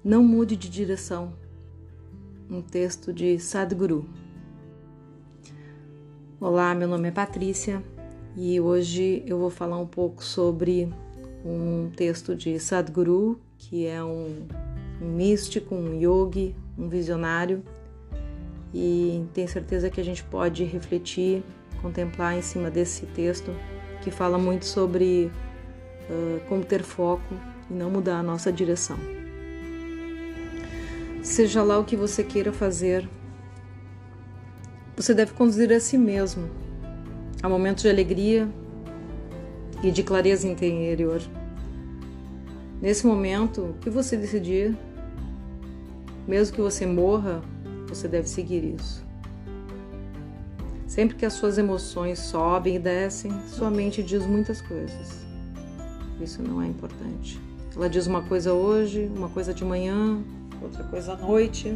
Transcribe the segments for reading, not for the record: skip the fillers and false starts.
Não mude de direção. Um texto de Sadhguru. Olá, meu nome é Patrícia e hoje eu vou falar um pouco sobre um texto de Sadhguru, que é um místico, um yogi, um visionário, e tenho certeza que a gente pode refletir, contemplar em cima desse texto que fala muito sobre como ter foco e não mudar a nossa direção. Seja lá o que você queira fazer, você deve conduzir a si mesmo a momentos de alegria e de clareza interior. Nesse momento, o que você decidir, mesmo que você morra, você deve seguir isso. Sempre que as suas emoções sobem e descem, sua mente diz muitas coisas. Isso não é importante. Ela diz uma coisa hoje, uma coisa de manhã, outra coisa à noite.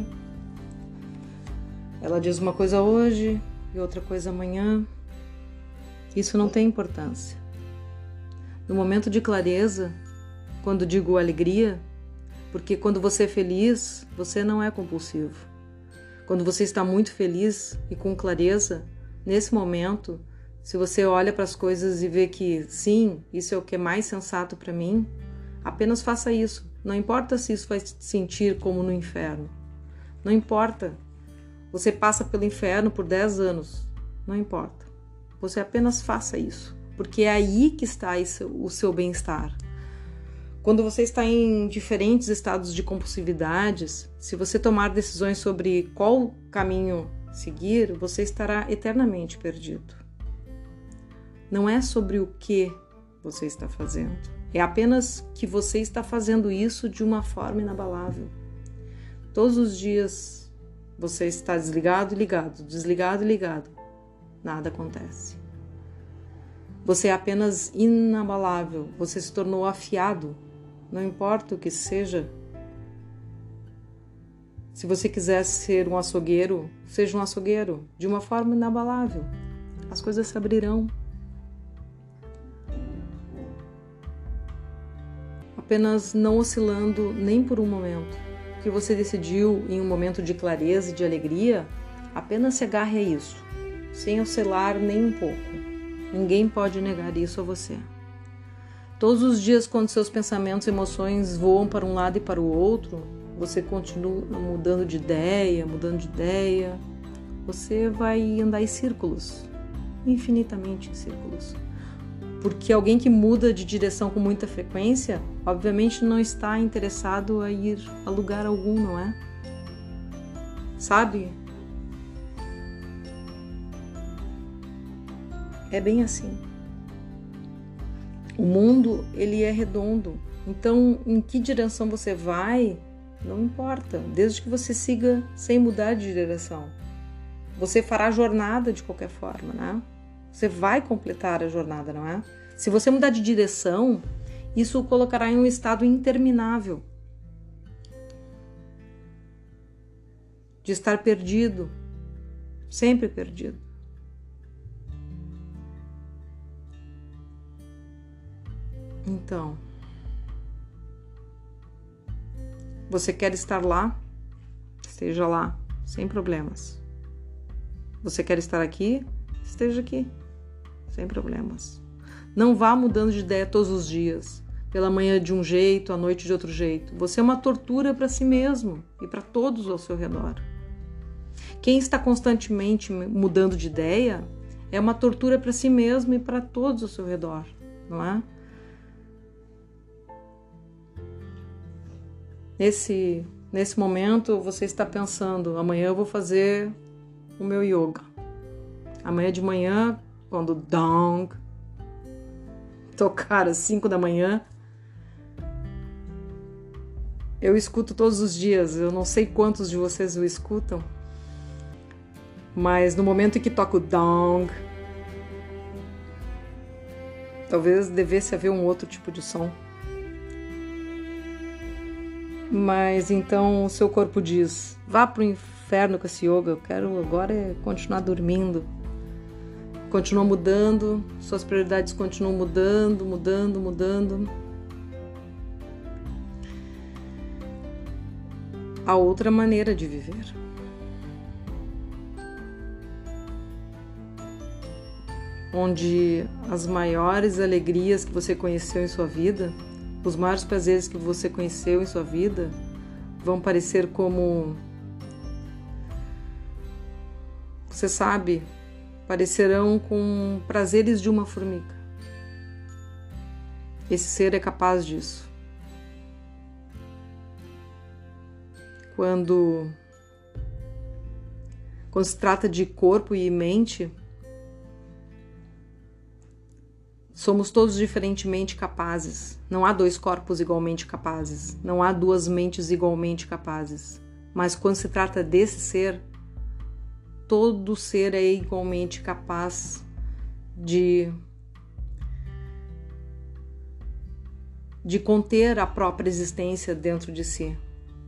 Ela diz uma coisa hoje e outra coisa amanhã. Isso não tem importância. No momento de clareza, quando digo alegria, porque quando você é feliz, você não é compulsivo. Quando você está muito feliz e com clareza, nesse momento, se você olha para as coisas e vê que sim, isso é o que é mais sensato para mim, apenas faça isso. Não importa se isso vai se sentir como no inferno. Não importa. Você passa pelo inferno por 10 anos. Não importa. Você apenas faça isso. Porque é aí que está o seu bem-estar. Quando você está em diferentes estados de compulsividades, se você tomar decisões sobre qual caminho seguir, você estará eternamente perdido. Não é sobre o que você está fazendo. É apenas que você está fazendo isso de uma forma inabalável. Todos os dias você está desligado e ligado, desligado e ligado. Nada acontece. Você é apenas inabalável. Você se tornou afiado. Não importa o que seja. Se você quiser ser um açougueiro, seja um açougueiro de uma forma inabalável. As coisas se abrirão. Apenas não oscilando nem por um momento. O que você decidiu em um momento de clareza e de alegria, apenas se agarre a isso, sem oscilar nem um pouco. Ninguém pode negar isso a você. Todos os dias, quando seus pensamentos e emoções voam para um lado e para o outro, você continua mudando de ideia, você vai andar em círculos, infinitamente em círculos. Porque alguém que muda de direção com muita frequência, obviamente não está interessado a ir a lugar algum, não é? Sabe? É bem assim. O mundo, ele é redondo. Então, em que direção você vai, não importa. Desde que você siga sem mudar de direção. Você fará a jornada de qualquer forma, né? Você vai completar a jornada, não é? Se você mudar de direção, isso o colocará em um estado interminável. De estar perdido. Sempre perdido. Então, você quer estar lá? Esteja lá, sem problemas. Você quer estar aqui? Esteja aqui, sem problemas. Não vá mudando de ideia todos os dias. Pela manhã de um jeito, à noite de outro jeito. Você é uma tortura para si mesmo e para todos ao seu redor. Quem está constantemente mudando de ideia é uma tortura para si mesmo e para todos ao seu redor, não é? Nesse momento, você está pensando, amanhã eu vou fazer o meu yoga. Amanhã de manhã, quando o dong tocar às 5 da manhã, eu escuto todos os dias. Eu não sei quantos de vocês o escutam, mas no momento em que toca o dong, talvez devesse haver um outro tipo de som. Mas então o seu corpo diz, vá pro inferno com esse yoga, eu quero agora continuar dormindo. Continua mudando, suas prioridades continuam mudando. a outra maneira de viver. Onde as maiores alegrias que você conheceu em sua vida, os maiores prazeres que você conheceu em sua vida, vão parecer como, você sabe, parecerão com prazeres de uma formiga. Esse ser é capaz disso. Quando se trata de corpo e mente, somos todos diferentemente capazes. Não há dois corpos igualmente capazes. Não há duas mentes igualmente capazes. Mas quando se trata desse ser, todo ser é igualmente capaz de conter a própria existência dentro de si.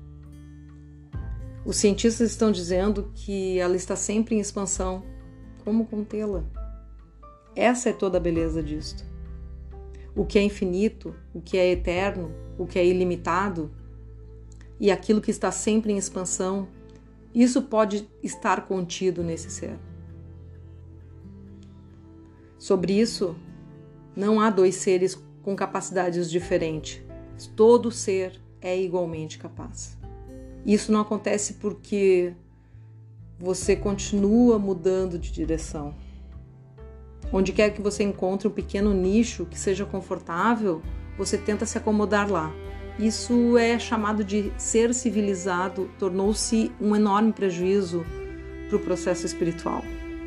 Os cientistas estão dizendo que ela está sempre em expansão. Como contê-la? Essa é toda a beleza disto. O que é infinito, o que é eterno, o que é ilimitado e aquilo que está sempre em expansão, isso pode estar contido nesse ser. Sobre isso, não há dois seres com capacidades diferentes. Todo ser é igualmente capaz. Isso não acontece porque você continua mudando de direção. Onde quer que você encontre um pequeno nicho que seja confortável, você tenta se acomodar lá. Isso é chamado de ser civilizado, tornou-se um enorme prejuízo para o processo espiritual.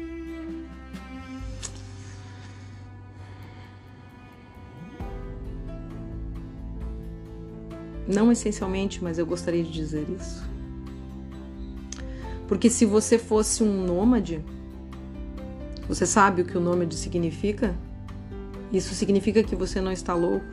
Não essencialmente, mas eu gostaria de dizer isso. Porque se você fosse um nômade, você sabe o que o nômade significa? Isso significa que você não está louco.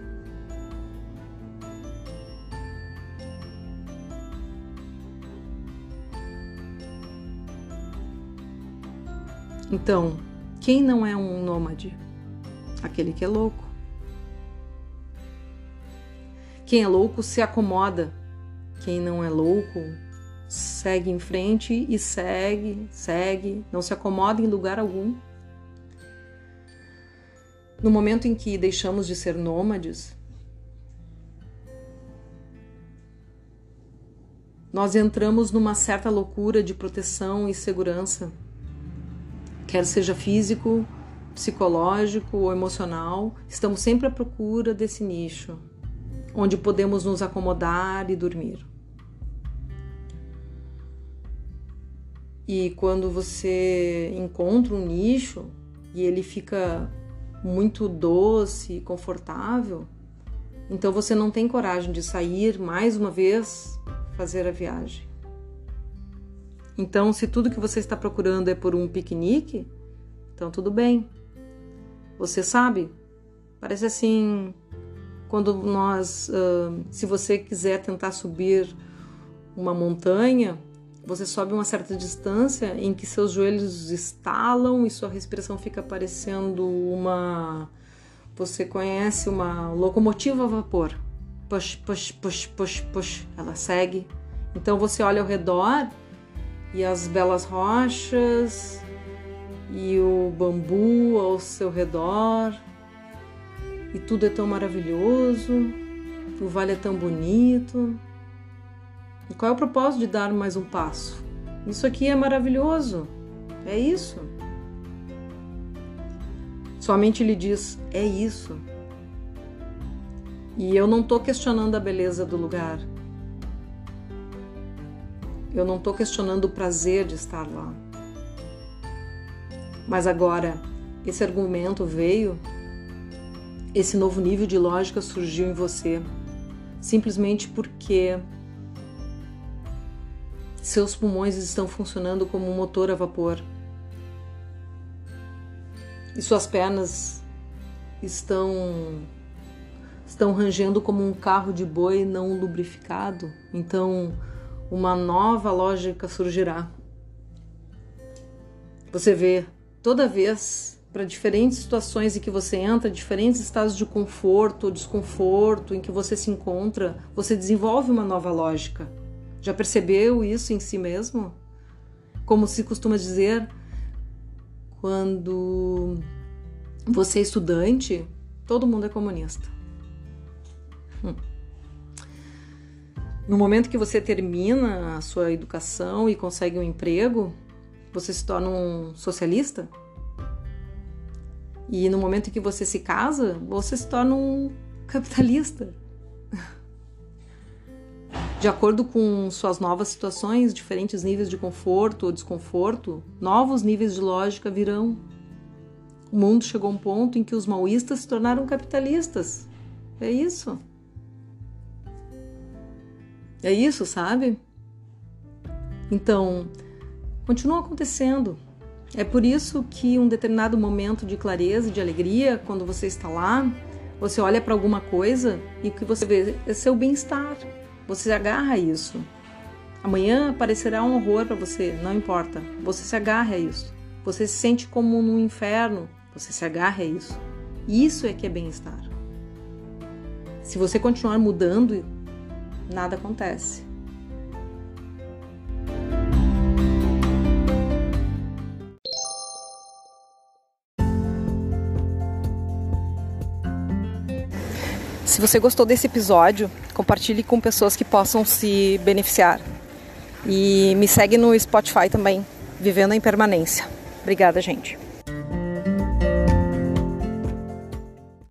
Então, quem não é um nômade? Aquele que é louco. Quem é louco se acomoda. Quem não é louco segue em frente e segue, não se acomoda em lugar algum. No momento em que deixamos de ser nômades, nós entramos numa certa loucura de proteção e segurança, quer seja físico, psicológico ou emocional. Estamos sempre à procura desse nicho, onde podemos nos acomodar e dormir. E quando você encontra um nicho e ele fica muito doce e confortável, então você não tem coragem de sair mais uma vez, fazer a viagem. Então, se tudo que você está procurando é por um piquenique, então tudo bem. Você sabe, parece assim, quando se você quiser tentar subir uma montanha, você sobe uma certa distância em que seus joelhos estalam e sua respiração fica parecendo você conhece uma locomotiva a vapor. Push, push, push, push, push. Ela segue. Então você olha ao redor e as belas rochas e o bambu ao seu redor. E tudo é tão maravilhoso. O vale é tão bonito. E qual é o propósito de dar mais um passo? Isso aqui é maravilhoso. É isso. Sua mente lhe diz, é isso. E eu não estou questionando a beleza do lugar. Eu não estou questionando o prazer de estar lá. Mas agora, esse argumento veio, esse novo nível de lógica surgiu em você, simplesmente porque seus pulmões estão funcionando como um motor a vapor. E suas pernas estão rangendo como um carro de boi não lubrificado. Então, uma nova lógica surgirá. Você vê, toda vez, para diferentes situações em que você entra, diferentes estados de conforto ou desconforto em que você se encontra, você desenvolve uma nova lógica. Já percebeu isso em si mesmo? Como se costuma dizer, quando você é estudante, todo mundo é comunista. No momento que você termina a sua educação e consegue um emprego, você se torna um socialista? E no momento em que você se casa, você se torna um capitalista? De acordo com suas novas situações, diferentes níveis de conforto ou desconforto, novos níveis de lógica virão. O mundo chegou a um ponto em que os maoístas se tornaram capitalistas. É isso. É isso, sabe? Então, continua acontecendo. É por isso que um determinado momento de clareza e de alegria, quando você está lá, você olha para alguma coisa e o que você vê é seu bem-estar. Você se agarra a isso. Amanhã aparecerá um horror para você, não importa. Você se agarra a isso. Você se sente como num inferno. Você se agarra a isso. Isso é que é bem-estar. Se você continuar mudando, nada acontece. Se você gostou desse episódio, compartilhe com pessoas que possam se beneficiar. E me segue no Spotify também, Vivendo a Impermanência. Obrigada, gente.